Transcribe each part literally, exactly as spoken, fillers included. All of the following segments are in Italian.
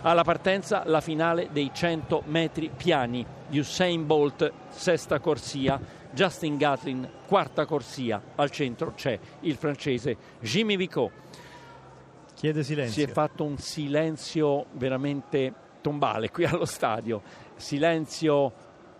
alla partenza la finale dei cento metri piani. Usain Bolt, sesta corsia, Justin Gatlin, quarta corsia. Al centro c'è il francese Jimmy Vicaut. Chiede silenzio. Si è fatto un silenzio veramente tombale qui allo stadio, silenzio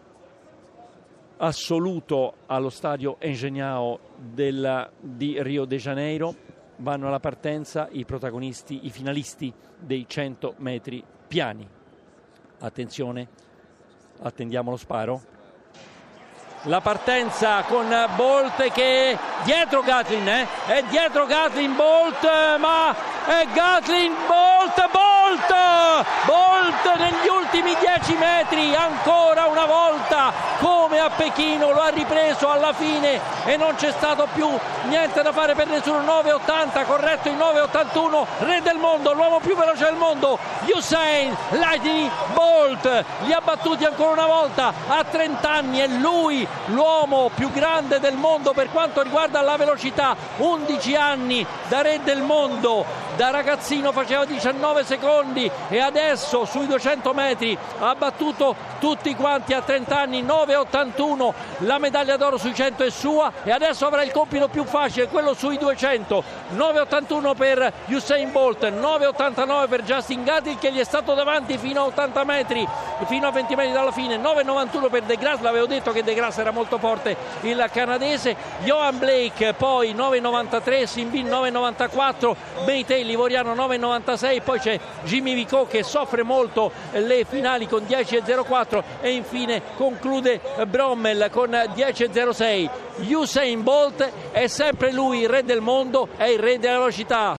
assoluto allo stadio Engenhão del, di Rio de Janeiro. Vanno alla partenza i protagonisti, i finalisti dei cento metri piani. Attenzione, attendiamo lo sparo. La partenza con Bolt che è dietro Gatlin, eh? è dietro Gatlin Bolt, ma è Gatlin Bolt, Bolt, Bolt negli ultimi dieci metri, ancora una volta, come a Pechino, lo ha ripreso alla fine e non c'è stato più niente da fare per nessuno. Nove ottanta, corretto il nove ottantuno, re del mondo, l'uomo più veloce del mondo, Usain Lightning Bolt, li ha battuti ancora una volta a trenta anni, è lui l'uomo più grande del mondo per quanto riguarda la velocità. Undici anni da re del mondo, da ragazzino faceva diciannove secondi e adesso sui duecento metri ha battuto tutti quanti a trenta anni. Nove ottantuno, la medaglia d'oro sui cento è sua e adesso avrà il compito più facile, quello sui duecento. Nove ottantuno per Usain Bolt, nove ottantanove per Justin Gatlin che gli è stato davanti fino a ottanta metri, fino a venti metri dalla fine. Nove novantuno per De Grasse, l'avevo detto che De Grasse era molto forte, il canadese. Johan Blake poi nove novantatré, Simbin nove novantaquattro, Meitei l'ivoriano nove novantasei, poi c'è Jimmy Vicaut che soffre molto le finali con dieci zero quattro e infine conclude Brommel con dieci zero sei. Usain Bolt è sempre lui il re del mondo, è il re della velocità.